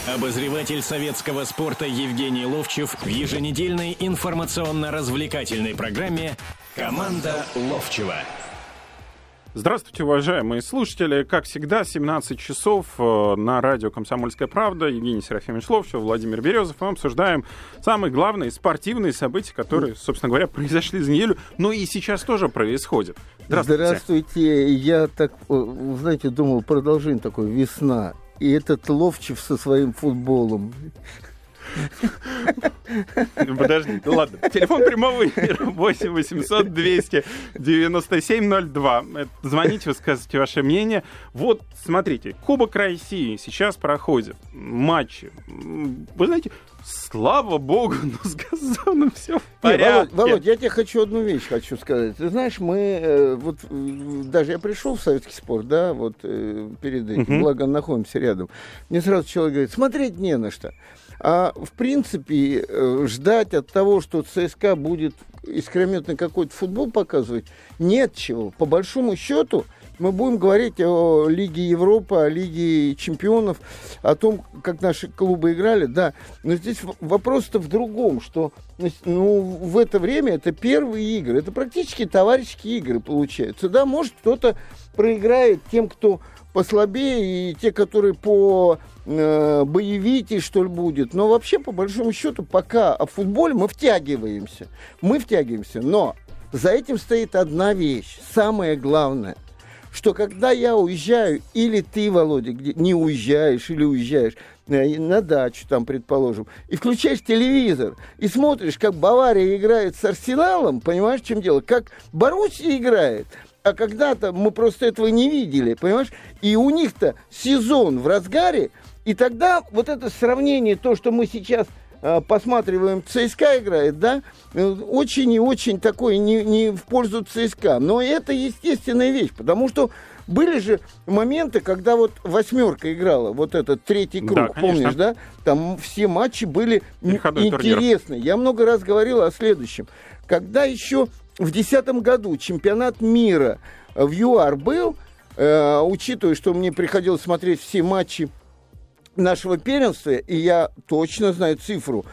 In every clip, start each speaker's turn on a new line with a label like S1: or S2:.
S1: Обозреватель советского спорта Евгений Ловчев в еженедельной информационно-развлекательной программе «Команда Ловчева».
S2: Здравствуйте, уважаемые слушатели. Как всегда, 17 часов на радио «Комсомольская правда». Евгений Серафимович Ловчев, Владимир Березов. Мы обсуждаем самые главные спортивные события, которые, собственно говоря, произошли за неделю, но и сейчас тоже происходят.
S3: Здравствуйте. Я так, знаете, думал, продолжение такое, весна. И этот Ловчев со своим футболом.
S2: Подожди, ну ладно. Телефон прямого эфира 8 800 200 9702. Звоните, высказывайте ваше мнение. Вот, смотрите, Кубок России сейчас проходит. Матчи. Вы знаете, слава богу, но с газоном все в порядке.
S3: Володь, я тебе хочу одну вещь сказать. Ты знаешь, мы, вот даже я пришел в советский спорт, да, вот перед этим, благо находимся рядом. Мне сразу человек говорит, смотреть не на что. А в принципе ждать от того, что ЦСКА будет искрометный какой-то футбол показывать, нет чего. По большому счету мы будем говорить о Лиге Европы, о Лиге Чемпионов, о том, как наши клубы играли, да. Но здесь вопрос-то в другом, что в это время это первые игры, это практически товарищеские игры получаются. Да, может, кто-то проиграет тем, кто послабее, и те, которые по боевитее, что ли, будет. Но вообще, по большому счету, пока о футболе мы втягиваемся. Но за этим стоит одна вещь, самое главное, что когда я уезжаю, или ты, Володя, не уезжаешь, или уезжаешь на дачу, там, предположим, и включаешь телевизор, и смотришь, как Бавария играет с Арсеналом, понимаешь, в чем дело? Как Боруссия играет. А когда-то мы просто этого не видели, понимаешь? И у них-то сезон в разгаре, и тогда вот это сравнение, то, что мы сейчас посматриваем, ЦСКА играет, да, очень и очень такое не в пользу ЦСКА. Но это естественная вещь, потому что были же моменты, когда вот восьмерка играла, вот этот третий круг, да, помнишь, да? Там все матчи были интересные. Я много раз говорил о следующем. Когда еще в 2010 году чемпионат мира в ЮАР был, учитывая, что мне приходилось смотреть все матчи нашего первенства, и я точно знаю цифру,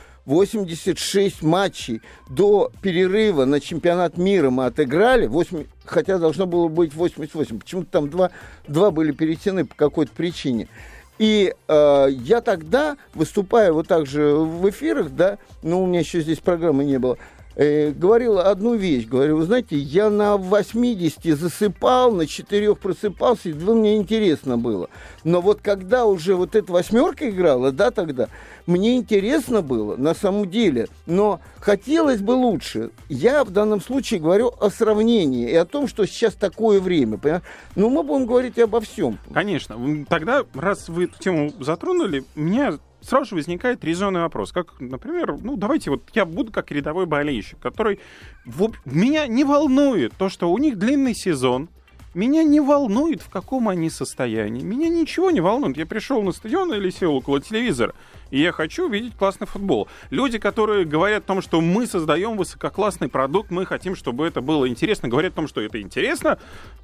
S3: 86 матчей до перерыва на чемпионат мира мы отыграли, хотя должно было быть 88, почему-то там два были перенесены по какой-то причине. И я тогда, выступая вот так же в эфирах, да, но у меня еще здесь программы не было, говорил одну вещь. Говорю, вы знаете, я на 80 засыпал, на 4 просыпался, и мне интересно было. Но вот когда уже вот эта восьмерка играла, да, тогда, мне интересно было, на самом деле, но хотелось бы лучше. Я в данном случае говорю о сравнении и о том, что сейчас такое время, понимаешь? Но мы будем говорить обо всем.
S2: Конечно. Тогда, раз вы эту тему затронули, меня сразу же возникает резонный вопрос. Как, например, давайте вот я буду как рядовой болельщик, который меня не волнует то, что у них длинный сезон, меня не волнует, в каком они состоянии, меня ничего не волнует. Я пришел на стадион или сел около телевизора, и я хочу увидеть классный футбол. Люди, которые говорят о том, что мы создаем высококлассный продукт, мы хотим, чтобы это было интересно, говорят о том, что это интересно,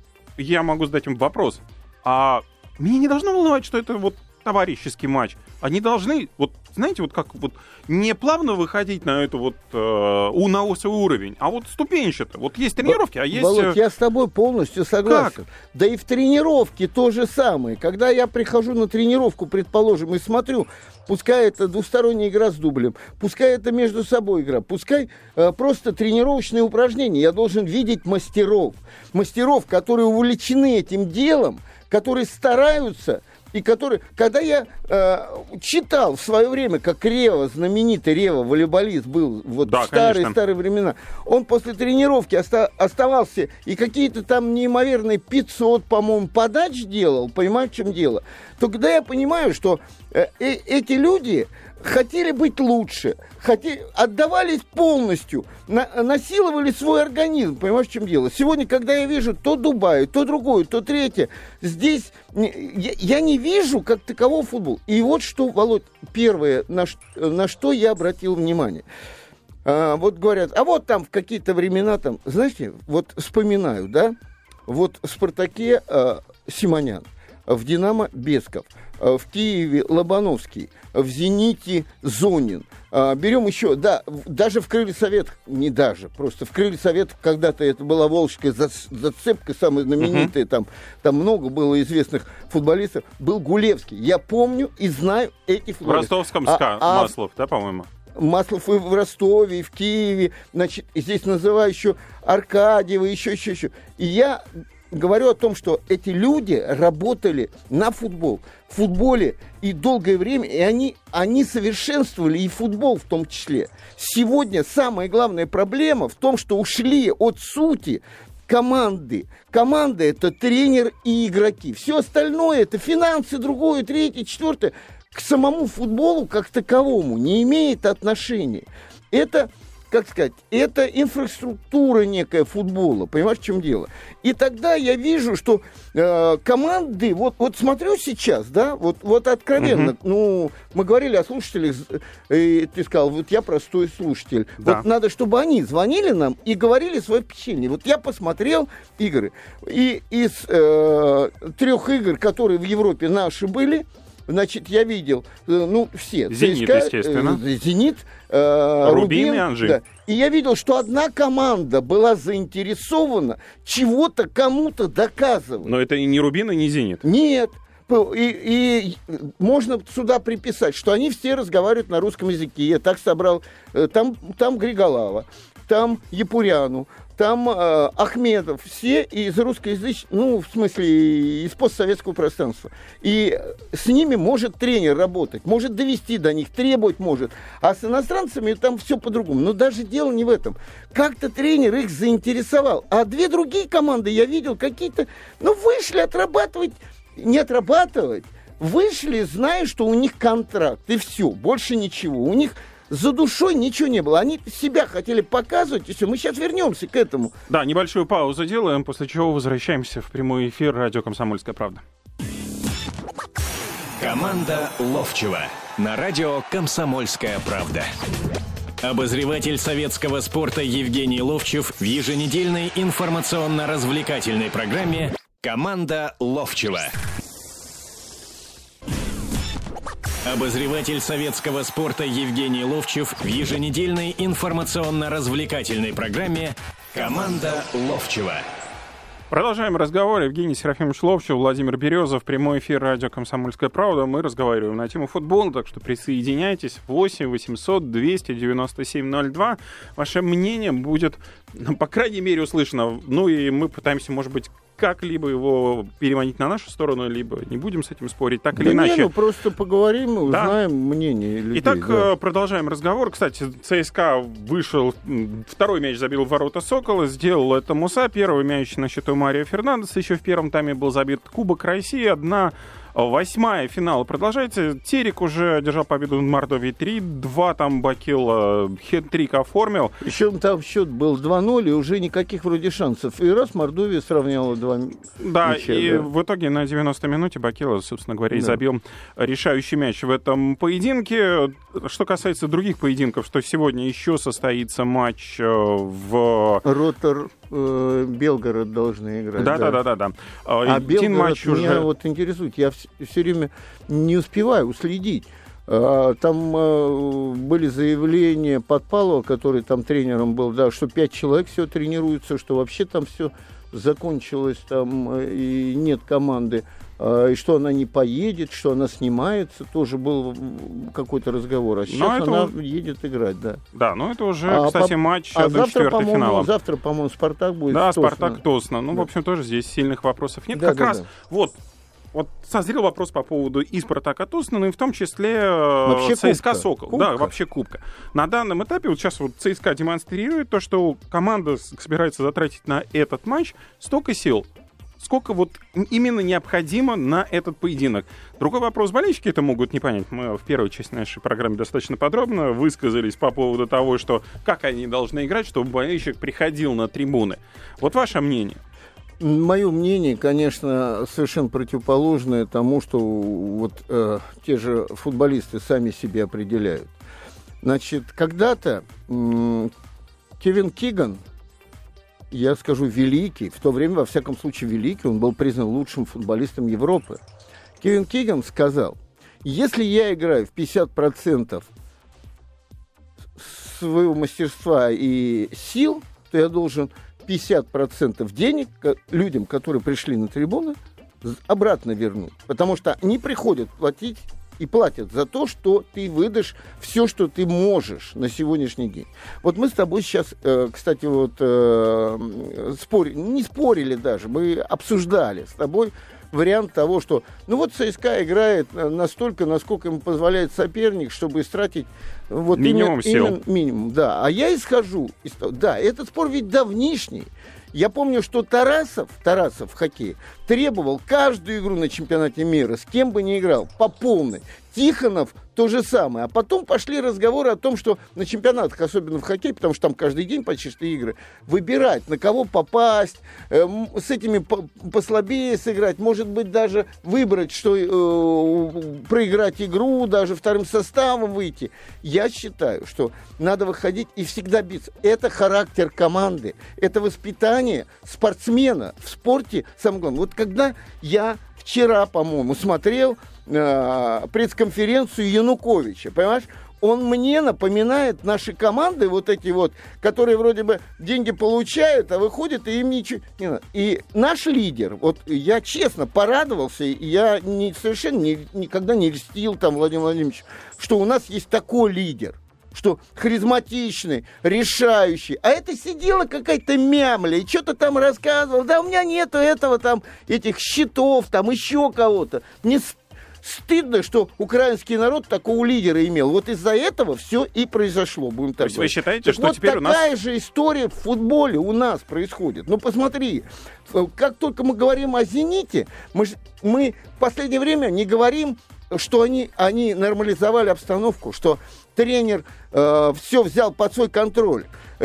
S2: я могу задать им вопрос. А меня не должно волновать, что это вот товарищеский матч. Они должны, вот знаете, вот как вот не плавно выходить на эту вот на свой уровень, а вот ступенчато. Вот есть тренировки, а есть...
S3: Володь, я с тобой полностью согласен. Как? Да и в тренировке то же самое. Когда я прихожу на тренировку, предположим, и смотрю, пускай это двусторонняя игра с дублем, пускай это между собой игра, пускай просто тренировочные упражнения. Я должен видеть мастеров, которые увлечены этим делом, которые стараются. И который, когда я читал в свое время, как Рева, знаменитый Рева, волейболист был вот да, в старые времена, он после тренировки оставался и какие-то там неимоверные 500, по-моему, подач делал, понимаешь, в чем дело, то когда я понимаю, что эти люди хотели быть лучше, отдавались полностью, насиловали свой организм, понимаешь, в чем дело? Сегодня, когда я вижу то Дубай, то другое, то третье, здесь я не вижу как такового футбола. И вот что, Володь, первое, на что я обратил внимание. Вот говорят, а вот там в какие-то времена, там, знаете, вот вспоминаю, да, вот в «Спартаке» Симонян. в «Динамо» Бесков, в Киеве Лобановский, в «Зените» Зонин. Берем еще, да, даже в «Крылья Совет», не даже, просто в «Крылья Совет» когда-то это была волжская зацепка, самая знаменитая, там много было известных футболистов, был Гулевский. Я помню и знаю этих футболистов.
S2: В ростовском Маслов, да, по-моему?
S3: Маслов и в Ростове, и в Киеве, значит, здесь называю еще Аркадьева, еще. И я говорю о том, что эти люди работали на футбол, в футболе и долгое время, и они совершенствовали и футбол в том числе. Сегодня самая главная проблема в том, что ушли от сути команды. Команда – это тренер и игроки. Все остальное – это финансы, другое, третье, четвертое. К самому футболу как таковому не имеет отношения. Это, как сказать, это инфраструктура некая футбола. Понимаешь, в чем дело? И тогда я вижу, что команды, вот смотрю сейчас, да, вот откровенно, ну, мы говорили о слушателях, и ты сказал, вот я простой слушатель. Да. Вот надо, чтобы они звонили нам и говорили свое впечатление. Вот я посмотрел игры, и из 3 игр, которые в Европе наши были, значит, я видел, ну, все.
S2: «Зенит», ЦСКА, естественно.
S3: «Зенит»,
S2: Рубин и «Анжи».
S3: Да. И я видел, что одна команда была заинтересована чего-то кому-то доказывать.
S2: Но это и не «Рубин», и не «Зенит».
S3: Нет. И можно сюда приписать, что они все разговаривают на русском языке. Я так собрал. Там Григолава, там Япуряну, там Ахмедов, все из русскоязычного, ну, в смысле, из постсоветского пространства. И с ними может тренер работать, может довести до них, требовать может. А с иностранцами там все по-другому. Но даже дело не в этом. Как-то тренер их заинтересовал. А 2 другие команды я видел какие-то, ну, вышли отрабатывать, не отрабатывать, вышли, зная, что у них контракт. И все, больше ничего. У них за душой ничего не было. Они себя хотели показывать, и все. Мы сейчас вернемся к этому.
S2: Да, небольшую паузу делаем, после чего возвращаемся в прямой эфир радио «Комсомольская правда».
S1: Команда Ловчева на радио «Комсомольская правда». Обозреватель советского спорта Евгений Ловчев в еженедельной информационно-развлекательной программе «Команда Ловчева». Обозреватель советского спорта Евгений Ловчев в еженедельной информационно-развлекательной программе «Команда Ловчева».
S2: Продолжаем разговор. Евгений Серафимович Ловчев, Владимир Березов, прямой эфир радио «Комсомольская правда». Мы разговариваем на тему футбола, так что присоединяйтесь. 8 800 297 02. Ваше мнение будет, по крайней мере, услышано. Ну и мы пытаемся, может быть, как-либо его переманить на нашу сторону, либо не будем с этим спорить, так или иначе.
S3: Ну просто поговорим и узнаем мнение людей.
S2: Итак, продолжаем разговор. Кстати, ЦСКА вышел, 2-й мяч забил в ворота Сокола, сделал это Муса, 1-й мяч на счету Марио Фернандеса, еще в первом тайме был забит. Кубок России, 1/8 финала продолжается. Терек уже одержал победу над Мордовией 3-2, там Бакил хет-трик оформил.
S3: Еще там счет был 2-0, и уже никаких вроде шансов. И раз Мордовия сравняла 2
S2: да,
S3: мяча.
S2: И в итоге на 90-й минуте Бакила, собственно говоря, и забил решающий мяч в этом поединке. Что касается других поединков, что сегодня еще состоится матч в...
S3: Ротор Белгород должны играть.
S2: Да.
S3: А Белгород
S2: матч
S3: меня
S2: уже...
S3: вот интересует. Я все время не успеваю уследить. Там были заявления Подпалова, который там тренером был, да, что 5 человек все тренируются, что вообще там все закончилось, там и нет команды, и что она не поедет, что она снимается, тоже был какой-то разговор. А сейчас она едет играть, да.
S2: Да, но это уже, кстати, матч до 4-го финала.
S3: Завтра, по-моему, Спартак будет.
S2: Да, Спартак Тосно. Ну, в общем, тоже здесь сильных вопросов нет. Как раз вот созрел вопрос по поводу и Спартака Тосно, ну и в том числе ЦСКА Сокол. Да, вообще кубка. На данном этапе, вот сейчас вот ЦСКА демонстрирует то, что команда собирается затратить на этот матч столько сил, сколько вот именно необходимо на этот поединок. Другой вопрос, болельщики это могут не понять. Мы в первой части нашей программы достаточно подробно высказались по поводу того, что как они должны играть, чтобы болельщик приходил на трибуны. Вот ваше мнение?
S3: Мое мнение, конечно, совершенно противоположное тому, что вот те же футболисты сами себе определяют. Значит, когда-то Кевин Киган, я скажу, великий, в то время, во всяком случае, великий, он был признан лучшим футболистом Европы. Кевин Киган сказал, если я играю в 50% своего мастерства и сил, то я должен 50% денег людям, которые пришли на трибуны, обратно вернуть. Потому что они приходят платить и платят за то, что ты выдашь все, что ты можешь на сегодняшний день. Вот мы с тобой сейчас, кстати, вот не спорили даже, мы обсуждали с тобой вариант того, что, ну вот ЦСКА играет настолько, насколько ему позволяет соперник, чтобы истратить вот
S2: минимум сил.
S3: Минимум, да. А я исхожу из того, да, этот спор ведь давнишний. Я помню, что Тарасов в хоккее требовал каждую игру на чемпионате мира, с кем бы ни играл, по полной. Тихонов то же самое. А потом пошли разговоры о том, что на чемпионатах, особенно в хоккее, потому что там каждый день почти что игры, выбирать, на кого попасть, с этими послабее сыграть, может быть, даже выбрать, что проиграть игру, даже вторым составом выйти. Я считаю, что надо выходить и всегда биться. Это характер команды, это воспитание спортсмена в спорте. Самое главное. Вот когда я вчера, по-моему, смотрел пресс-конференцию Януковича, понимаешь? Он мне напоминает наши команды, вот эти вот, которые вроде бы деньги получают, а выходят, и им ничего не надо. И наш лидер, вот я честно порадовался, я совершенно никогда не льстил там Владимиру Владимировичу, что у нас есть такой лидер, что харизматичный, решающий. А это сидела какая-то мямля и что-то там рассказывала. Да, у меня нету этого там, этих счетов, там еще кого-то. Мне стыдно, что украинский народ такого лидера имел. Вот из-за этого все и произошло. Будем так
S2: То есть
S3: говорить.
S2: вы считаете,
S3: так
S2: что
S3: вот
S2: теперь у нас...
S3: такая же история в футболе у нас происходит. Ну, посмотри, как только мы говорим о «Зените», мы в последнее время не говорим, что они нормализовали обстановку, что тренер все взял под свой контроль,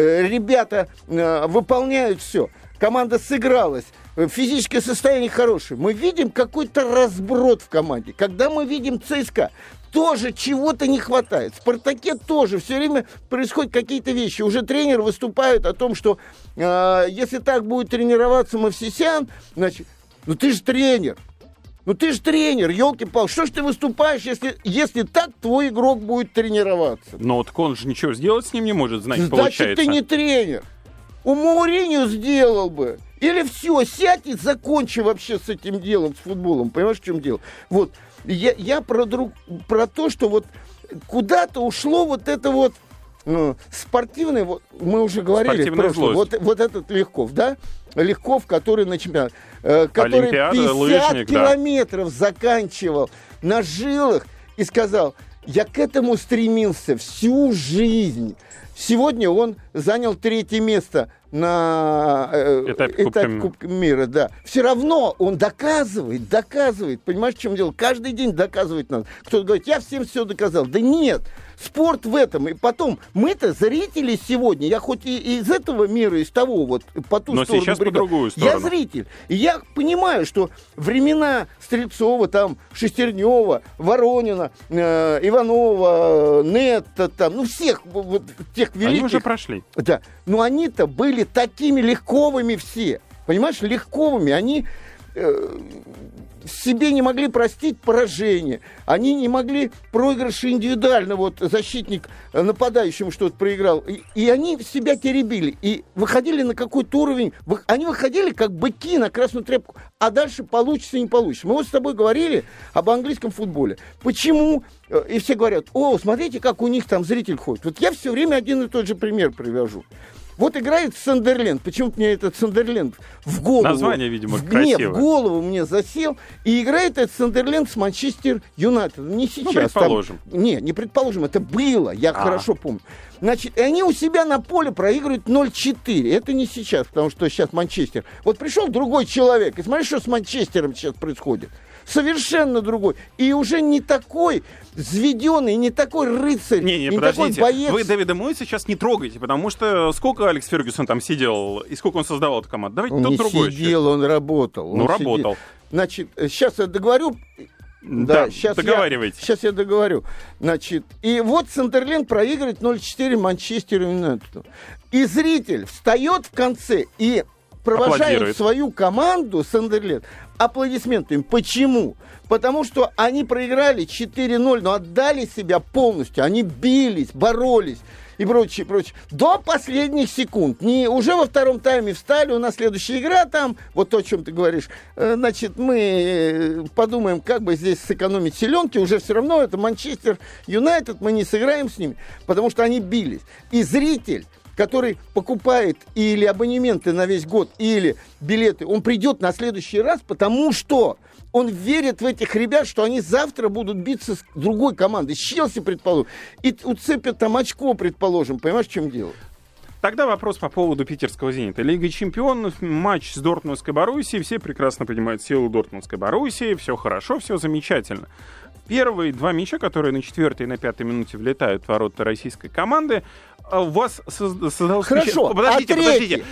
S3: ребята выполняют все, команда сыгралась, физическое состояние хорошее. Мы видим какой-то разброд в команде. Когда мы видим ЦСКА, тоже чего-то не хватает. В «Спартаке» тоже все время происходят какие-то вещи. Уже тренер выступает о том, что если так будет тренироваться Мовсисян, значит, ну ты же тренер. Ну ты же тренер, елки-палки, что ж ты выступаешь, если так твой игрок будет тренироваться?
S2: Но вот он же ничего сделать с ним не может, значит, получается.
S3: Значит, ты не тренер. У Мауриньо сделал бы. Или все, сядь и закончи вообще с этим делом, с футболом. Понимаешь, в чем дело? Вот, я про то, что вот куда-то ушло вот это вот спортивное, вот, мы уже говорили в прошлом, вот этот Легков, да? Легков, который на чемпионат, который 50 лыжник, километров заканчивал на жилах и сказал, я к этому стремился всю жизнь. Сегодня он занял 3-е место на этапе Кубка мира. Да. Все равно он доказывает. Понимаешь, в чем дело? Каждый день доказывать надо. Кто-то говорит, я всем все доказал. Да нет. Спорт в этом. И потом, мы-то зрители сегодня, я хоть и из этого мира, из того, вот по ту
S2: но
S3: сторону
S2: сейчас
S3: бригады,
S2: по другую сторону.
S3: Я зритель. И я понимаю, что времена Стрельцова, там, Шестернева, Воронина, Иванова, Нетта, там, ну, всех вот, тех великих.
S2: Они уже прошли.
S3: Да. Но они-то были такими легковыми все. Понимаешь, легковыми. Они себе не могли простить поражение. Они не могли проигрыши индивидуально. Вот защитник нападающему что-то проиграл. И они себя теребили. И выходили на какой-то уровень. Они выходили как быки на красную тряпку. А дальше получится, не получится. Мы вот с тобой говорили об английском футболе. Почему? И все говорят, смотрите, как у них там зритель ходит. Вот я все время один и тот же пример привожу. Вот играет Сандерленд. Почему-то мне этот Сандерленд в голову...
S2: Название, видимо, красивое.
S3: В голову мне засел. И играет этот Сандерленд с Манчестер Юнайтед. Не сейчас.
S2: Ну, предположим.
S3: Там, не предположим. Это было. Я хорошо помню. Значит, они у себя на поле проигрывают 0-4. Это не сейчас, потому что сейчас Манчестер. Вот пришел другой человек. И смотри, что с Манчестером сейчас происходит. Совершенно другой. И уже не такой взведенный, не такой рыцарь, не
S2: подождите.
S3: такой боец.
S2: Вы Дэвида Мойса сейчас не трогайте, потому что сколько Алекс Фергюсон там сидел и сколько он создавал эту команду? Давайте
S3: он
S2: тот
S3: не
S2: другой.
S3: Сидел, он работал.
S2: Работал.
S3: Значит, сейчас я договорю.
S2: Да, договаривайте.
S3: Сейчас я договорю. Значит, и вот Сандерленд проигрывает 0-4 Манчестеру Юнайтеду. И зритель встает в конце и провожают свою команду Сандерленд аплодисментами. Почему? Потому что они проиграли 4-0, но отдали себя полностью. Они бились, боролись и прочее, прочее. До последних секунд. Уже во втором тайме встали, у нас следующая игра там, вот то, о чем ты говоришь. Значит, мы подумаем, как бы здесь сэкономить силенки. Уже все равно это Манчестер Юнайтед, мы не сыграем с ними, потому что они бились. И зритель, который покупает или абонементы на весь год, или билеты, он придет на следующий раз, потому что он верит в этих ребят, что они завтра будут биться с другой командой, с Челси, предположим, и уцепят там очко, предположим. Понимаешь, в чем дело?
S2: Тогда вопрос по поводу питерского «Зенита». Лига чемпионов, матч с Дортмундской Боруссией. Все прекрасно понимают силу Дортмундской Боруссии. Все хорошо, все замечательно. Первые два мяча, которые на 4-й и на 5-й минуте влетают в ворота российской команды, у вас создалось...
S3: Хорошо,
S2: подождите.
S3: Третий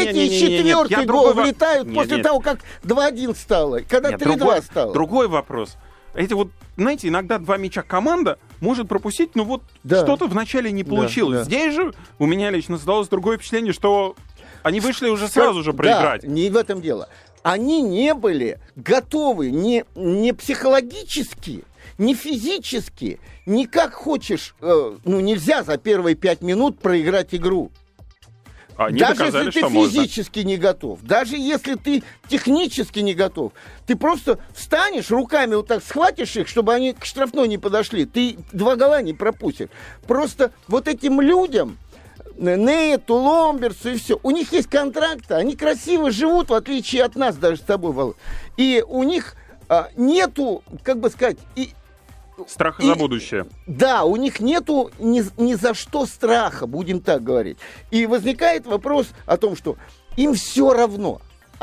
S3: и 4-й гол влетают после того, как 2-1 стало, когда 3-2 стало.
S2: Другой вопрос. Эти вот, знаете, иногда два мяча команда может пропустить, но вот что-то вначале не получилось. Да. Здесь же у меня лично создалось другое впечатление, что они вышли уже сразу же проиграть.
S3: Да, не в этом дело. Они не были готовы не психологически, не физически, не как хочешь. Нельзя за первые 5 минут проиграть игру.
S2: Они
S3: даже
S2: доказали,
S3: если ты физически не готов, даже если ты технически не готов, ты просто встанешь, руками вот так схватишь их, чтобы они к штрафной не подошли, ты 2 гола не пропустишь. Просто вот этим людям, Нейту, Ломберсу и все, у них есть контракты, они красиво живут, в отличие от нас даже с тобой, Володь. И у них нету, как бы сказать...
S2: Страха за будущее.
S3: Да, у них нету ни за что страха, будем так говорить. И возникает вопрос о том, что им все равно.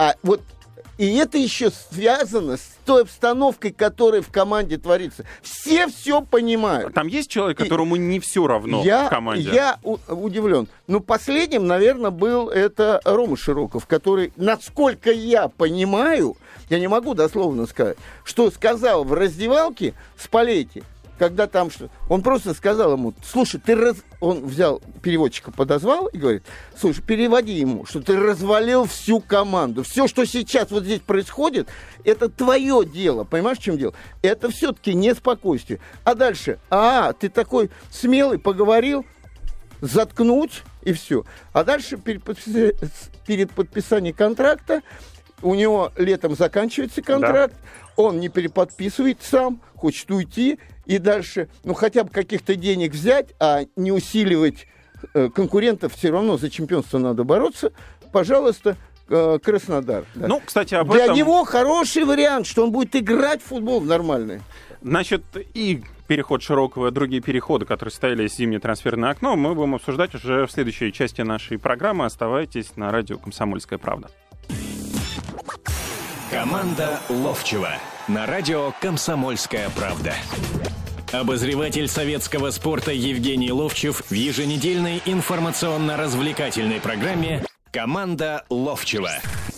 S3: И это еще связано с той обстановкой, которая в команде творится. Все понимают.
S2: Там есть человек, которому не все равно в команде?
S3: Я удивлен. Последним, наверное, был это Рома Широков, который, насколько я понимаю, я не могу дословно сказать, что сказал в раздевалке Спалетти, когда там что... Он просто сказал ему, слушай, он взял переводчика, подозвал и говорит, слушай, переводи ему, что ты развалил всю команду. Все, что сейчас вот здесь происходит, это твое дело. Понимаешь, в чем дело? Это все-таки не спокойствие. А дальше, ты такой смелый, поговорил, заткнуть и все. А дальше перед подписанием контракта у него летом заканчивается контракт, он не переподписывает сам, хочет уйти, и дальше, хотя бы каких-то денег взять, а не усиливать конкурентов, все равно за чемпионство надо бороться, пожалуйста, Краснодар. Да.
S2: Кстати, об
S3: Для
S2: этом...
S3: него хороший вариант, что он будет играть в футбол нормальный.
S2: Значит, и переход Широкого, и другие переходы, которые состоялись в зимнее трансферное окно, мы будем обсуждать уже в следующей части нашей программы. Оставайтесь на радио «Комсомольская правда».
S1: Команда Ловчева на радио «Комсомольская правда». Обозреватель советского спорта Евгений Ловчев в еженедельной информационно-развлекательной программе «Команда Ловчева».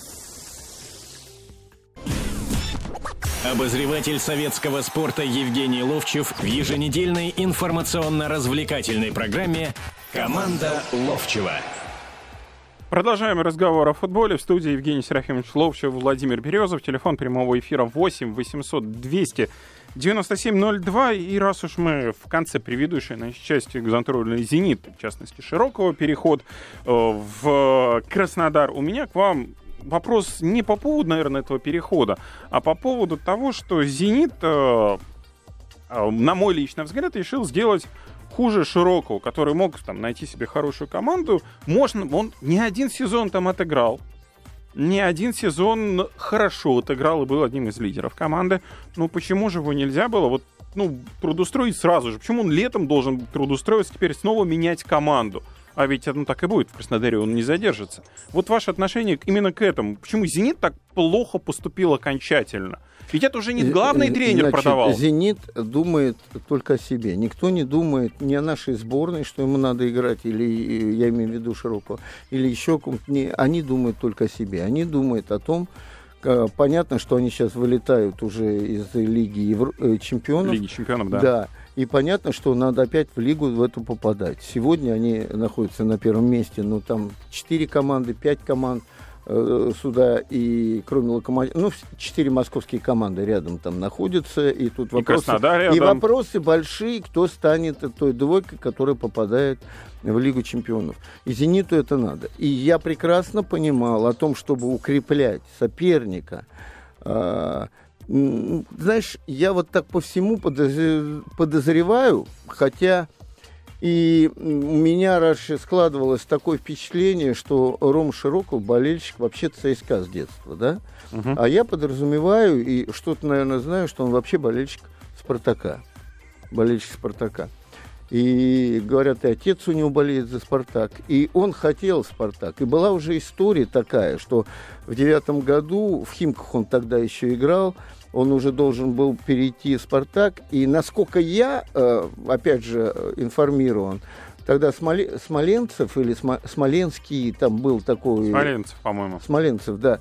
S1: Обозреватель советского спорта Евгений Ловчев в еженедельной информационно-развлекательной программе «Команда Ловчева».
S2: Продолжаем разговор о футболе. В студии Евгений Серафимович Ловчев, Владимир Березов. Телефон прямого эфира 8 800 200 9702. И раз уж мы в конце предыдущей нашей части контрольный «Зенит», в частности Широкого, переход в Краснодар, у меня к вам вопрос не по поводу, наверное, этого перехода, а по поводу того, что «Зенит», на мой личный взгляд, решил сделать хуже Широкого, который мог найти себе хорошую команду. Он не один сезон там отыграл. Не один сезон хорошо отыграл и был одним из лидеров команды. Почему же его нельзя было трудоустроить сразу же? Почему он летом должен трудоустроиться, теперь снова менять команду? А ведь так и будет в Краснодаре, он не задержится. Вот ваше отношение именно к этому. Почему «Зенит» так плохо поступил окончательно? Ведь это уже не главный тренер продавал.
S3: «Зенит» думает только о себе. Никто не думает ни о нашей сборной, что ему надо играть, или, я имею в виду Широкого, или еще кому-то. Они думают только о себе. Они думают о том, понятно, что они сейчас вылетают уже из Лиги Чемпионов.
S2: Лиги Чемпионов, да.
S3: Да. И понятно, что надо опять в Лигу в эту попадать. Сегодня они находятся на первом месте, там 4 команды, 5 команд сюда, и кроме Локомотива, 4 московские команды рядом там находятся, и тут вопросы большие, кто станет той двойкой, которая попадает в Лигу чемпионов. И «Зениту» это надо. И я прекрасно понимал о том, чтобы укреплять соперника. Знаешь, я вот так по всему подозреваю, хотя и у меня раньше складывалось такое впечатление, что Рома Широков болельщик вообще ЦСКА с детства, да? А я подразумеваю, и что-то, наверное, знаю, что он вообще болельщик Спартака. И говорят, и отец у него болеет за «Спартак», и он хотел «Спартак». И была уже история такая, что в 2009 году, в «Химках» он тогда еще играл, он уже должен был перейти в «Спартак», и насколько я, опять же, информирован, тогда Смоленцев или Смоленский, там был такой...
S2: Смоленцев, по-моему.
S3: Смоленцев, да.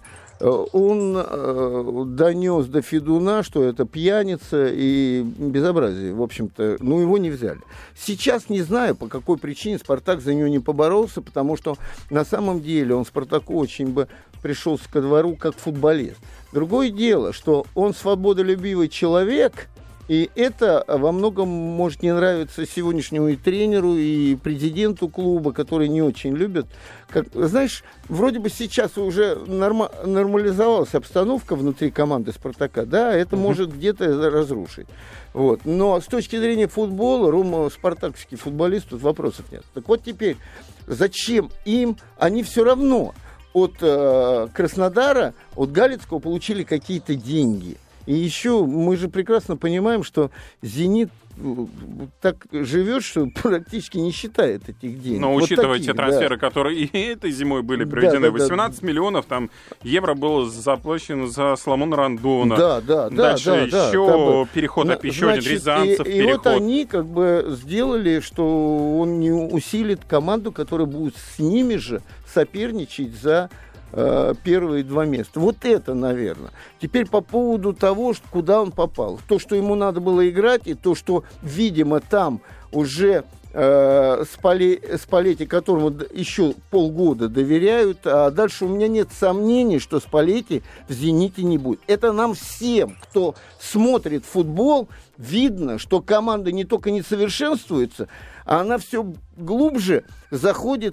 S3: Он донес до Федуна, что это пьяница и безобразие, в общем-то, его не взяли. Сейчас не знаю, по какой причине «Спартак» за него не поборолся, потому что на самом деле он «Спартаку» очень бы пришелся ко двору как футболист. Другое дело, что он свободолюбивый человек, и это во многом может не нравиться сегодняшнему и тренеру, и президенту клуба, который не очень любят. Знаешь, вроде бы сейчас уже нормализовалась обстановка внутри команды «Спартака», да, это может где-то разрушить. Вот. Но с точки зрения футбола, Рома спартаковский футболист, тут вопросов нет. Так вот теперь, зачем им, они все равно от Краснодара, от Галицкого получили какие-то деньги. И еще мы же прекрасно понимаем, что «Зенит» так живет, что практически не считает этих денег.
S2: Но учитывая те трансферы, которые и этой зимой были проведены, 18 миллионов там евро было заплачено за Соломона Рандона. Дальше еще переход, еще один Рязанцев переход.
S3: И вот они как бы сделали, что он не усилит команду, которая будет с ними же соперничать за первые 2 места. Вот это, наверное. Теперь по поводу того, куда он попал. То, что ему надо было играть, и то, что, видимо, там уже Спалетти, которому еще полгода доверяют, а дальше у меня нет сомнений, что Спалетти в «Зените» не будет. Это нам всем, кто смотрит футбол, видно, что команда не только не совершенствуется, а она все глубже заходит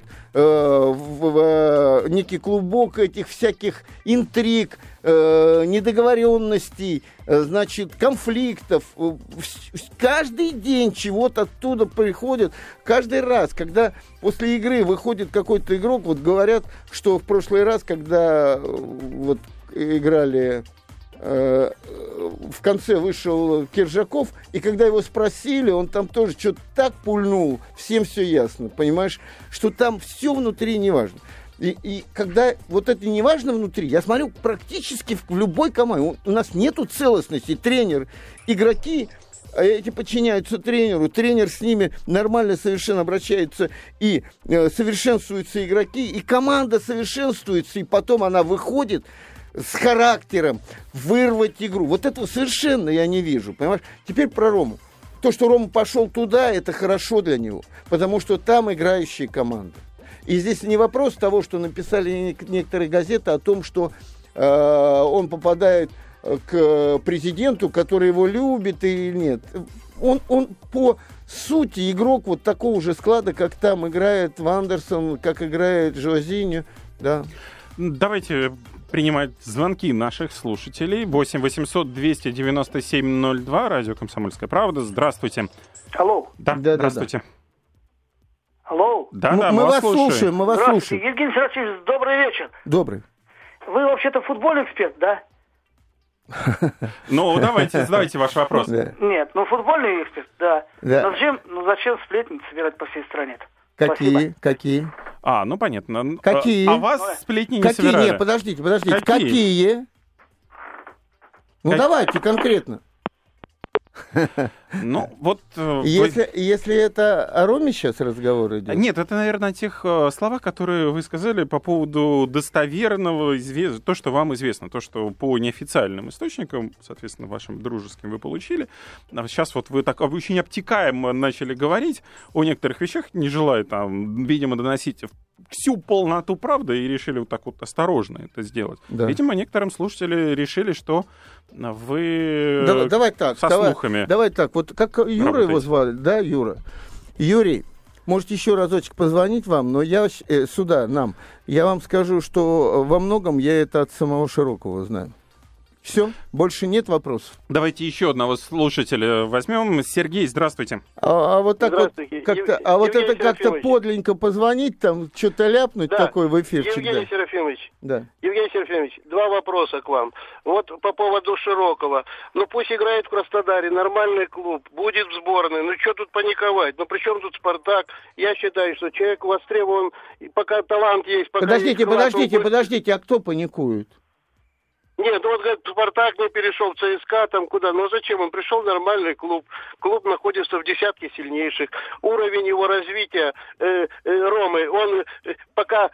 S3: в некий клубок этих всяких интриг, недоговоренностей, значит, конфликтов. Каждый день чего-то оттуда приходит. Каждый раз, когда после игры выходит какой-то игрок, вот говорят, что в прошлый раз, когда вот играли... в конце вышел Киржаков, и когда его спросили, он там тоже что-то так пульнул, всем все ясно, понимаешь, что там все внутри не важно. И когда вот это не важно внутри, я смотрю практически в любой команде, у нас нету целостности, тренер, игроки, эти подчиняются тренеру, тренер с ними нормально совершенно обращается, и совершенствуются игроки, и команда совершенствуется, и потом она выходит с характером вырвать игру. Вот этого совершенно я не вижу, понимаешь? Теперь про Рому. То, что Рома пошел туда, это хорошо для него, потому что там играющие команды. И здесь не вопрос того, что написали некоторые газеты о том, что он попадает к президенту, который его любит или нет. Он по сути игрок вот такого же склада, как там играет Вандерсон, как играет Жозиньо. Да.
S2: Давайте принимать звонки наших слушателей. 8 800 297 02, радио «Комсомольская правда». Здравствуйте.
S4: Алло.
S2: Да, здравствуйте.
S4: Алло.
S2: Да,
S3: мы вас слушаем. Мы вас слушаем.
S4: Евгений Сергеевич, добрый вечер.
S3: Добрый.
S4: Вы вообще-то футбольный эксперт, да?
S2: Ну, давайте, задавайте ваш вопрос.
S4: Нет, футбольный эксперт, да. Но зачем сплетни собирать по всей стране-то?
S3: Какие?
S2: Понятно.
S3: Какие?
S2: А вас сплетни не собирали?
S3: Нет, подождите. Какие? Давайте конкретно. Если это о Роме сейчас разговор идет?
S2: Нет, это, наверное, о тех словах, которые вы сказали по поводу достоверного, то, что вам известно, то, что по неофициальным источникам, соответственно, вашим дружеским вы получили. А сейчас вот вы так очень обтекаемо начали говорить о некоторых вещах, не желая там, видимо, доносить всю полноту правды и решили вот так вот осторожно это сделать. Да. Видимо, некоторым слушателям решили, что вы
S3: давай так,
S2: со слухами.
S3: Давай так, вот как Юра его звали, да, Юра? Юрий, может, еще разочек позвонить вам, но я я вам скажу, что во многом я это от самого Широкого знаю. Все, больше нет вопросов.
S2: Давайте еще одного слушателя возьмем. Сергей, здравствуйте.
S3: Вот так вот как-то, вот это как-то подленько позвонить, там что-то ляпнуть такой в эфирчик.
S5: Евгений Серафимович, Евгений Серафимович, 2 вопроса к вам. Вот по поводу Широкого. Пусть играет в Краснодаре, нормальный клуб, будет в сборной. Что тут паниковать? При чем тут Спартак? Я считаю, что человек востребован, пока талант есть. Пока
S3: Подождите, а кто паникует?
S5: Нет, говорит, Спартак не перешел в ЦСКА, там куда. Зачем? Он пришел в нормальный клуб. Клуб находится в десятке сильнейших. Уровень его развития, Ромы, он пока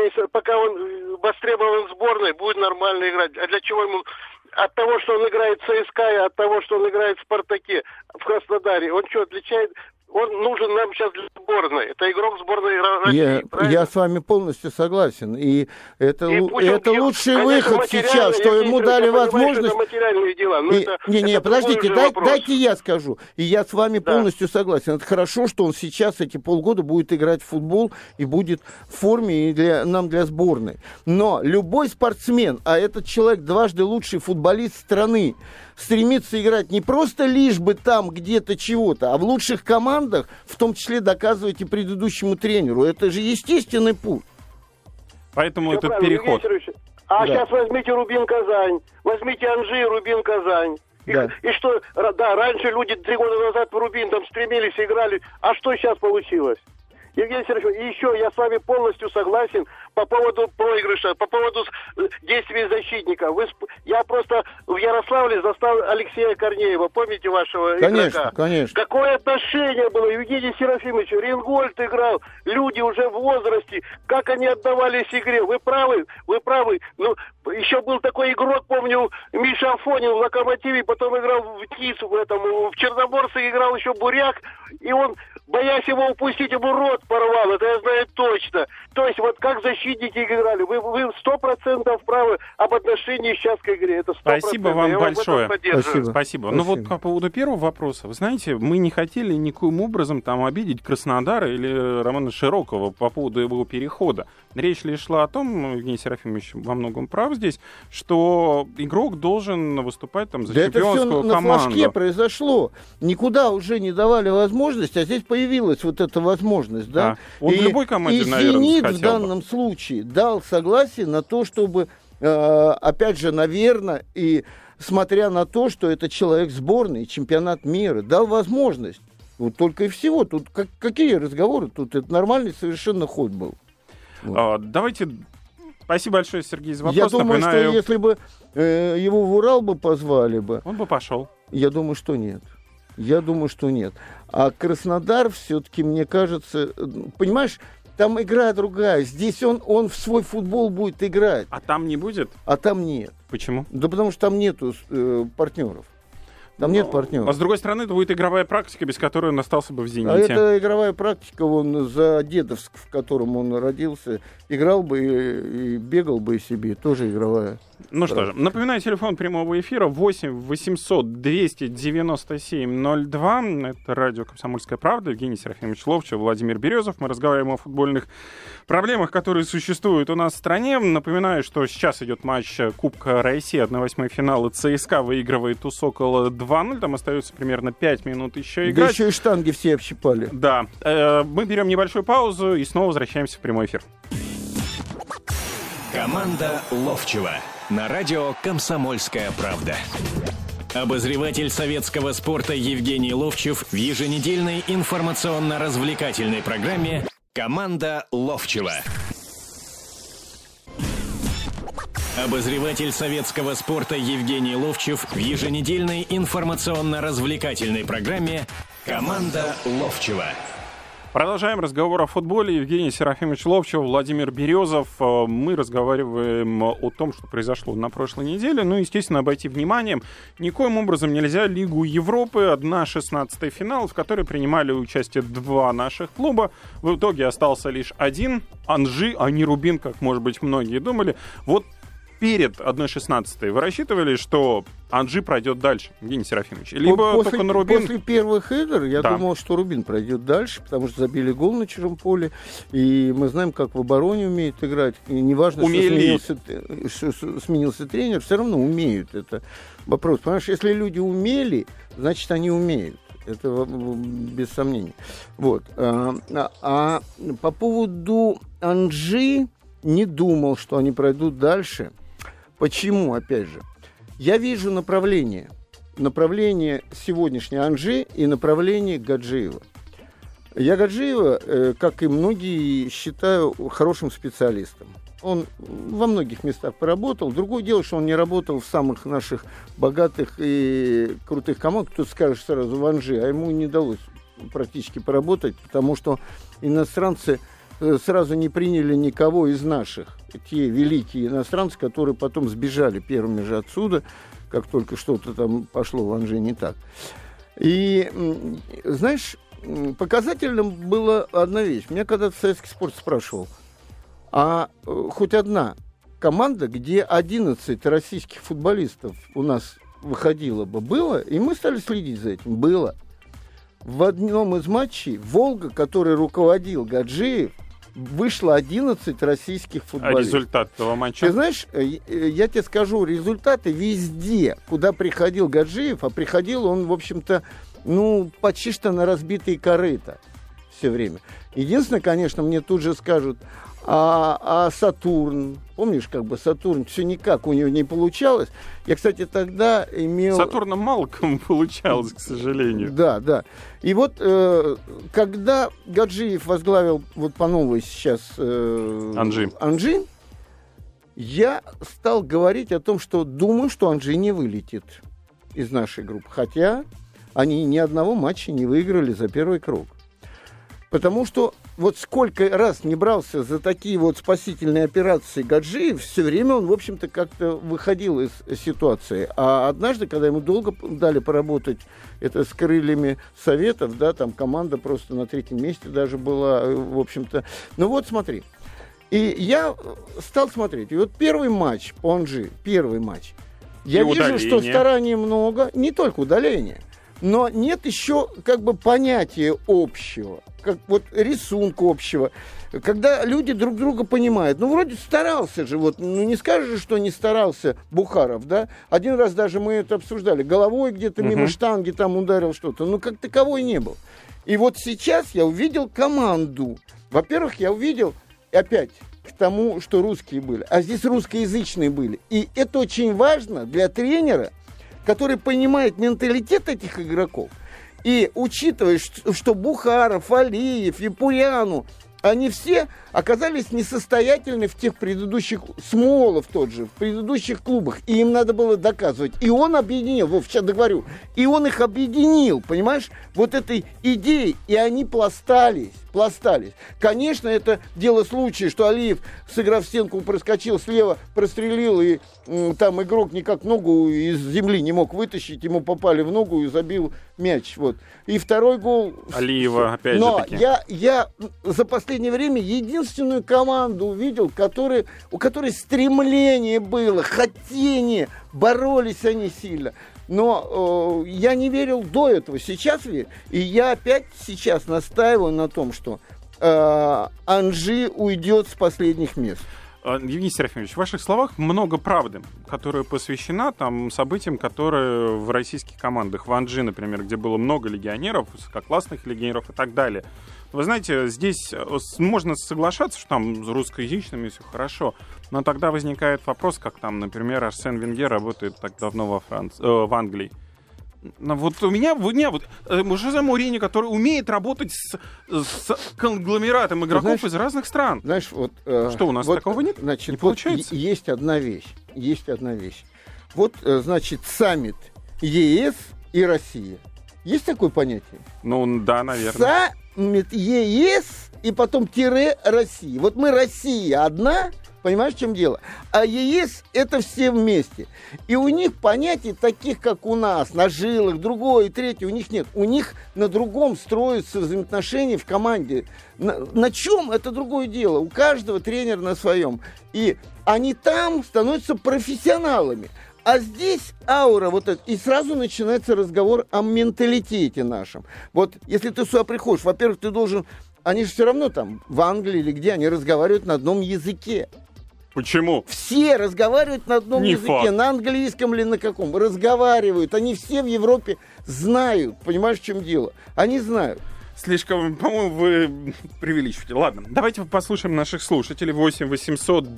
S5: он востребован в сборной, будет нормально играть. А для чего ему... От того, что он играет в ЦСКА, и от того, что он играет в Спартаке, в Краснодаре, он что, отличает... Он нужен нам сейчас для сборной. Это игрок сборной России.
S3: Я с вами полностью согласен. И это лучший выход сейчас, что ему дали возможность...
S5: Это материальные дела.
S3: Подождите, дайте я скажу. И я с вами полностью согласен. Это хорошо, что он сейчас эти полгода будет играть в футбол и будет в форме и для сборной. Но любой спортсмен, а этот человек дважды лучший футболист страны, стремится играть не просто лишь бы там где-то чего-то, а в лучших командах, в том числе доказывать и предыдущему тренеру. Это же естественный путь.
S2: Поэтому все этот переход.
S5: Сейчас возьмите Рубин-Казань, возьмите Анжи и Рубин-Казань. И что, раньше люди 3 года назад в Рубин там стремились, играли. А что сейчас получилось? Евгений Сергеевич, и еще я с вами полностью согласен по поводу проигрыша, по поводу действий защитника. Я просто в Ярославле застал Алексея Корнеева, помните вашего игрока?
S3: Конечно.
S5: Какое отношение было, Евгений Серафимович, Рингольд играл, люди уже в возрасте, как они отдавались игре. Вы правы. Еще был такой игрок, помню, Миша Афонин в «Локомотиве», потом играл в КИС, в Черноморце играл еще Буряк, и он, боясь его упустить, ему рот порвал, это я знаю точно. То есть вот как защитники играли, вы 100% правы об отношении сейчас к игре. Это 100%.
S2: Спасибо вам большое.
S3: Спасибо.
S2: Вот по поводу первого вопроса, вы знаете, мы не хотели никоим образом там обидеть Краснодара или Романа Широкого по поводу его перехода. Речь лишь шла о том, Евгений Серафимович во многом прав здесь, что игрок должен выступать там за чемпионскую команду.
S3: Это все на флажке произошло. Никуда уже не давали возможность, а здесь появилась вот эта возможность. Да?
S2: Он в любой команде, наверное,
S3: «Зенит» в данном случае дал согласие на то, чтобы, опять же, наверное, и смотря на то, что это человек сборной, чемпионат мира, дал возможность. Вот только и всего. Тут какие разговоры? Тут это нормальный совершенно ход был.
S2: Вот. Давайте... Спасибо большое, Сергей, за вопрос.
S3: Я думаю, что если бы его в Урал бы позвали бы...
S2: Он бы пошел.
S3: Я думаю, что нет. А Краснодар все-таки, мне кажется... Понимаешь, там игра другая. Здесь он в свой футбол будет играть.
S2: А там не будет?
S3: А там нет.
S2: Почему?
S3: Да потому что там нету партнеров. Там нет партнеров.
S2: А с другой стороны, это будет игровая практика, без которой он остался бы в «Зените».
S3: А это игровая практика, он за Дедовск, в котором он родился, играл бы и бегал бы себе, тоже игровая.
S2: Ну что же, напоминаю, телефон прямого эфира 8 800 297 02. Это радио «Комсомольская правда». Евгений Серафимович Ловчев, Владимир Березов. Мы разговариваем о футбольных проблемах, которые существуют у нас в стране. Напоминаю, что сейчас идет матч Кубка России, 1/8 финала. ЦСКА выигрывает у «Сокола» 2-0. Там остается примерно 5 минут еще играть.
S3: Да еще и штанги все общипали.
S2: Да. Мы берем небольшую паузу и снова возвращаемся в прямой эфир.
S1: Команда Ловчева на радио «Комсомольская правда». Обозреватель советского спорта Евгений Ловчев в еженедельной информационно-развлекательной программе «Команда Ловчева». Обозреватель советского спорта Евгений Ловчев в еженедельной информационно-развлекательной программе «Команда Ловчева».
S2: Продолжаем разговор о футболе. Евгений Серафимович Ловчев, Владимир Березов. Мы разговариваем о том, что произошло на прошлой неделе. Ну, естественно, обойти вниманием никоим образом нельзя Лигу Европы. 1/16 финал, в которой принимали участие 2 наших клуба. В итоге остался лишь один. Анжи, а не Рубин, как, может быть, многие думали. Вот перед 1/16 вы рассчитывали, что Анжи пройдет дальше, Евгений Серафимович? Либо только на Рубин?
S3: После первых игр я думал, что Рубин пройдет дальше, потому что забили гол на чужом поле, и мы знаем, как в обороне умеют играть. И неважно, что сменился тренер, все равно умеют. Это вопрос. Понимаешь, если люди умели, значит, они умеют. Это без сомнений. Вот. А по поводу Анжи не думал, что они пройдут дальше. Почему, опять же? Я вижу направление сегодняшней Анжи и направление Гаджиева. Я Гаджиева, как и многие, считаю хорошим специалистом. Он во многих местах поработал. Другое дело, что он не работал в самых наших богатых и крутых командах. Кто-то скажет сразу в Анжи, а ему не удалось практически поработать, потому что иностранцы сразу не приняли никого из наших. Те великие иностранцы, которые потом сбежали первыми же отсюда, как только что-то там пошло в Анжи не так. И, знаешь, показательным была одна вещь. Меня когда-то Советский спорт спрашивал, а хоть одна команда, где 11 российских футболистов у нас выходило бы, было? И мы стали следить за этим. Было. В одном из матчей «Волга», который руководил Гаджиев, вышло 11 российских футболистов.
S2: А результат этого матча?
S3: Ты знаешь, я тебе скажу, результаты везде, куда приходил Гаджиев, а приходил он, в общем-то, почти что на разбитые корыта все время. Единственное, конечно, мне тут же скажут, а Сатурн, помнишь, как бы Сатурн, все никак у него не получалось. Я, кстати, тогда имел...
S2: Сатурном мало кому получалось, к сожалению.
S3: Да. И вот, когда Гаджиев возглавил вот по новой сейчас Анжи, я стал говорить о том, что думаю, что Анжи не вылетит из нашей группы. Хотя они ни одного матча не выиграли за первый круг. Потому что вот сколько раз не брался за такие вот спасительные операции Гаджиев, все время он, в общем-то, как-то выходил из ситуации. А однажды, когда ему долго дали поработать это с крыльями Советов, да, там команда просто на 3-м месте даже была, в общем-то. Ну вот смотри. И я стал смотреть. И вот первый матч по Анжи, я вижу, что стараний много, не только удаления. Но нет еще как бы понятия общего, как вот рисунка общего, когда люди друг друга понимают. Вроде старался же, не скажешь, что не старался Бухаров, да? Один раз даже мы это обсуждали, головой где-то мимо штанги там ударил что-то, как таковой не был. И вот сейчас я увидел команду. Во-первых, я увидел опять к тому, что русские были, а здесь русскоязычные были. И это очень важно для тренера, который понимает менталитет этих игроков, и учитывая, что Бухаров, Алиев, Епуряну, они все оказались несостоятельны в тех предыдущих, Смолов тот же, в предыдущих клубах, и им надо было доказывать. И он объединил, сейчас договорю, и он их объединил, понимаешь, вот этой идеей, и они пластались. Конечно, это дело случая, что Алиев, сыграв в стенку, проскочил слева, прострелил, и там игрок никак ногу из земли не мог вытащить, ему попали в ногу и забил мяч. Вот. И второй гол...
S2: Алиева, опять
S3: же
S2: таки.
S3: Но я за последнее время единственную команду увидел, у которой стремление было, хотение, боролись они сильно. Но я не верил до этого, сейчас верю. И я опять сейчас настаиваю на том, что Анжи уйдет с последних мест.
S2: Евгений Серафимович, в ваших словах много правды, которая посвящена событиям, которые в российских командах, в Анжи, например, где было много легионеров, высококлассных легионеров и так далее. Вы знаете, здесь можно соглашаться, что там с русскоязычными все хорошо, но тогда возникает вопрос, как например, Арсен Венгер работает так давно в Англии. Вот у меня Жозе Моуриньо, который умеет работать с конгломератом игроков из разных стран.
S3: Знаешь,
S2: что у нас такого нет?
S3: Значит,
S2: не получается?
S3: Есть одна вещь. Вот, значит, саммит ЕС и Россия. Есть такое понятие?
S2: Да, наверное.
S3: ЕС и потом тире Россия. Вот мы Россия одна, понимаешь, в чем дело? А ЕС – это все вместе. И у них понятий таких, как у нас, на жилах, другое, третье, у них нет. У них на другом строятся взаимоотношения в команде. На чем – это другое дело. У каждого тренер на своем. И они там становятся профессионалами. А здесь аура вот эта, и сразу начинается разговор о менталитете нашем. Вот если ты сюда приходишь, во-первых, ты должен... Они же все равно там, в Англии или где, они разговаривают на одном языке.
S2: Почему?
S3: Все разговаривают на одном языке,
S2: факт.
S3: на английском или на каком. Разговаривают. Они все в Европе знают. Понимаешь, в чем дело? Они знают.
S2: Слишком, по-моему, вы преувеличиваете. Ладно, давайте послушаем наших слушателей. 8 800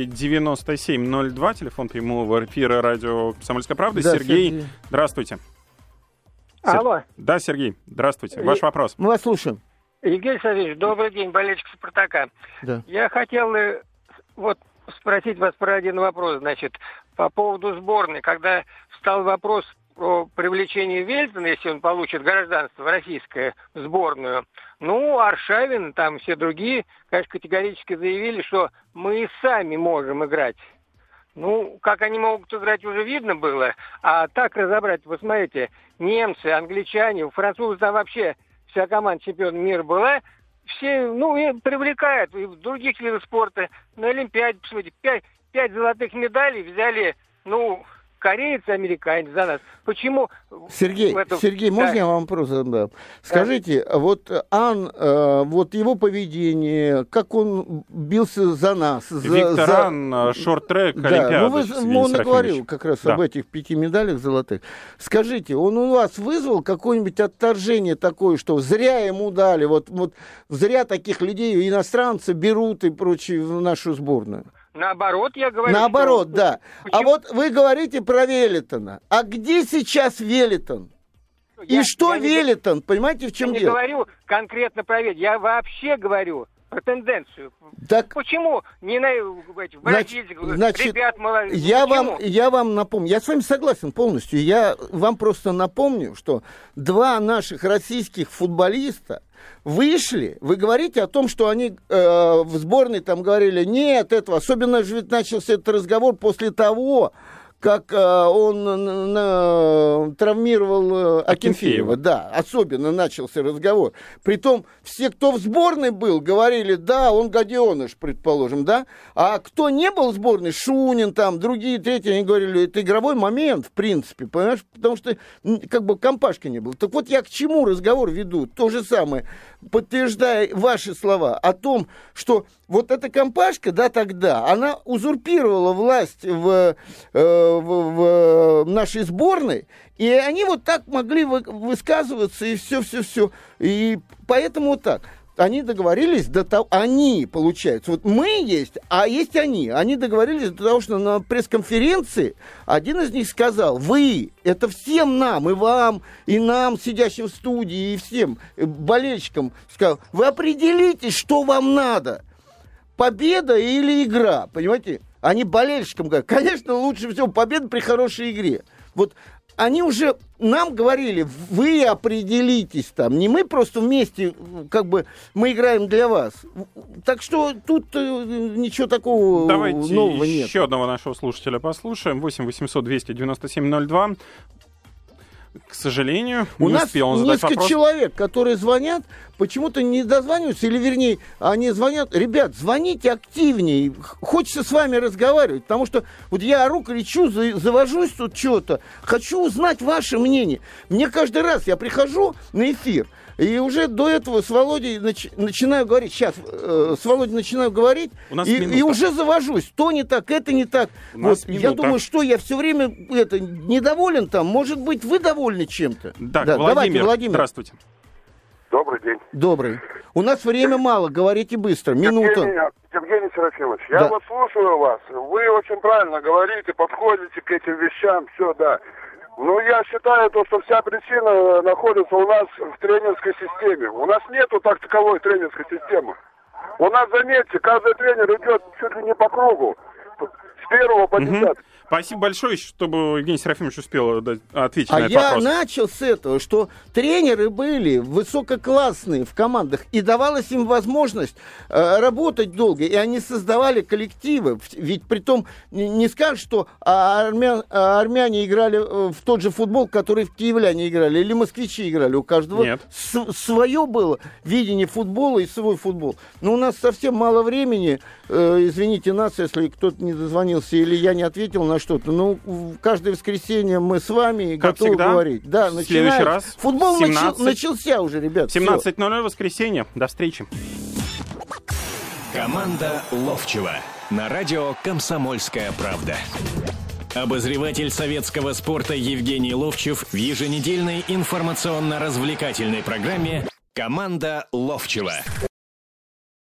S2: 297 02, телефон прямого эфира радио «Комсомольская правда».
S3: Да,
S2: Сергей, здравствуйте.
S6: Алло.
S2: Да, Сергей, здравствуйте. Ваш вопрос.
S3: Мы вас слушаем.
S6: Евгений Савельевич, добрый день, болельщик «Спартака».
S3: Да.
S6: Я хотел вот спросить вас про один вопрос, значит, по поводу сборной. Когда встал вопрос о привлечении Вельтона, если он получит гражданство российское в сборную, ну, Аршавин, там все другие, конечно, категорически заявили, что мы и сами можем играть. Ну, как они могут играть, уже видно было. А так разобрать, вы смотрите, немцы, англичане, французы, там вообще вся команда чемпиона мира была, все, ну, и привлекают, и в других видах спорта, на Олимпиаде, посмотрите, 5 золотых медалей взяли, ну, корейцы, американцы за нас. Почему?
S3: Сергей, можно я вам вопрос задам? Скажите, вот вот его поведение, как он бился за нас.
S2: Виктор шорт-трек, Олимпиада.
S3: Он и говорил как раз об этих 5 медалях золотых. Скажите, он у вас вызвал какое-нибудь отторжение такое, что зря ему дали, вот зря таких людей иностранцы берут и прочее в нашу сборную?
S6: Наоборот, я говорю.
S3: Наоборот,
S6: что...
S3: да.
S6: Почему?
S3: А вот вы говорите про Веллитона. А где сейчас Веллитон? И что Веллитон? Понимаете, в чем дело?
S6: Я не говорю конкретно про Веллитон. Я вообще говорю про тенденцию.
S3: Так,
S6: почему не на ребят молодых?
S3: Я вам напомню. Я с вами согласен полностью. Я вам просто напомню, что 2 наших российских футболиста вышли, вы говорите о том, что они в сборной там говорили, нет, этого, особенно же ведь начался этот разговор после того, как он травмировал Акинфеева. Да, особенно начался разговор. Притом все, кто в сборной был, говорили, да, он гаденыш, предположим, да. А кто не был в сборной, Шунин, там, другие, третьи, они говорили, это игровой момент, в принципе, понимаешь, потому что как бы компашки не было. Так вот я к чему разговор веду? То же самое, подтверждая ваши слова о том, что вот эта компашка, да, тогда, она узурпировала власть в нашей сборной, и они вот так могли высказываться, и все. И поэтому вот так. Они договорились до того... Они, получается, вот мы есть, а есть они. Они договорились до того, что на пресс-конференции один из них сказал, вы, это всем нам, и вам, и нам, сидящим в студии, и всем болельщикам, сказал, вы определитесь, что вам надо. Победа или игра, понимаете? Они болельщикам говорят, конечно, лучше всего победа при хорошей игре. Вот они уже нам говорили, вы определитесь там, не мы просто вместе, как бы, мы играем для вас. Так что тут ничего такого нового нет.
S2: Давайте еще одного нашего слушателя послушаем. 8 800 297 02. К сожалению, не успел он задать вопрос.
S3: У нас несколько человек, которые звонят, почему-то не дозваниваются, или, вернее, они звонят. Ребят, звоните активнее, хочется с вами разговаривать, потому что вот я ору, кричу, завожусь тут что-то, хочу узнать ваше мнение. Мне каждый раз, я прихожу на эфир, и уже до этого с Володей начинаю говорить, сейчас с Володей начинаю говорить, и уже завожусь, то не так, это не так. Вот, я думаю, что я все время недоволен там, может быть, вы довольны чем-то.
S2: Так, да, Владимир, здравствуйте.
S7: Добрый день.
S3: Добрый. У нас время мало, говорите быстро, минута.
S7: Евгений Серафимович, я вот слушаю вас, вы очень правильно говорите, подходите к этим вещам, все, да. Но я считаю, что вся причина находится у нас в тренерской системе. У нас нету так таковой тренерской системы. У нас, заметьте, каждый тренер идет чуть ли не по кругу. 1 по 10.
S2: Спасибо большое, чтобы Евгений Серафимович успел ответить на этот
S3: Я
S2: вопрос.
S3: начал с этого, что тренеры были высококлассные в командах, и давалась им возможность работать долго, и они создавали коллективы. Ведь притом не скажешь, что армяне играли в тот же футбол, который в киевляне играли, или москвичи играли. У каждого свое было видение футбола и свой футбол. Но у нас совсем мало времени. Извините нас, если кто-то не дозвонился или я не ответил на что-то. Ну, каждое воскресенье мы с вами готовы говорить. Да,
S2: в следующий раз.
S3: Футбол начался уже, ребят.
S2: 17:00 воскресенье. До встречи.
S1: Команда Ловчева на радио «Комсомольская правда». Обозреватель советского спорта Евгений Ловчев в еженедельной информационно-развлекательной программе «Команда Ловчева».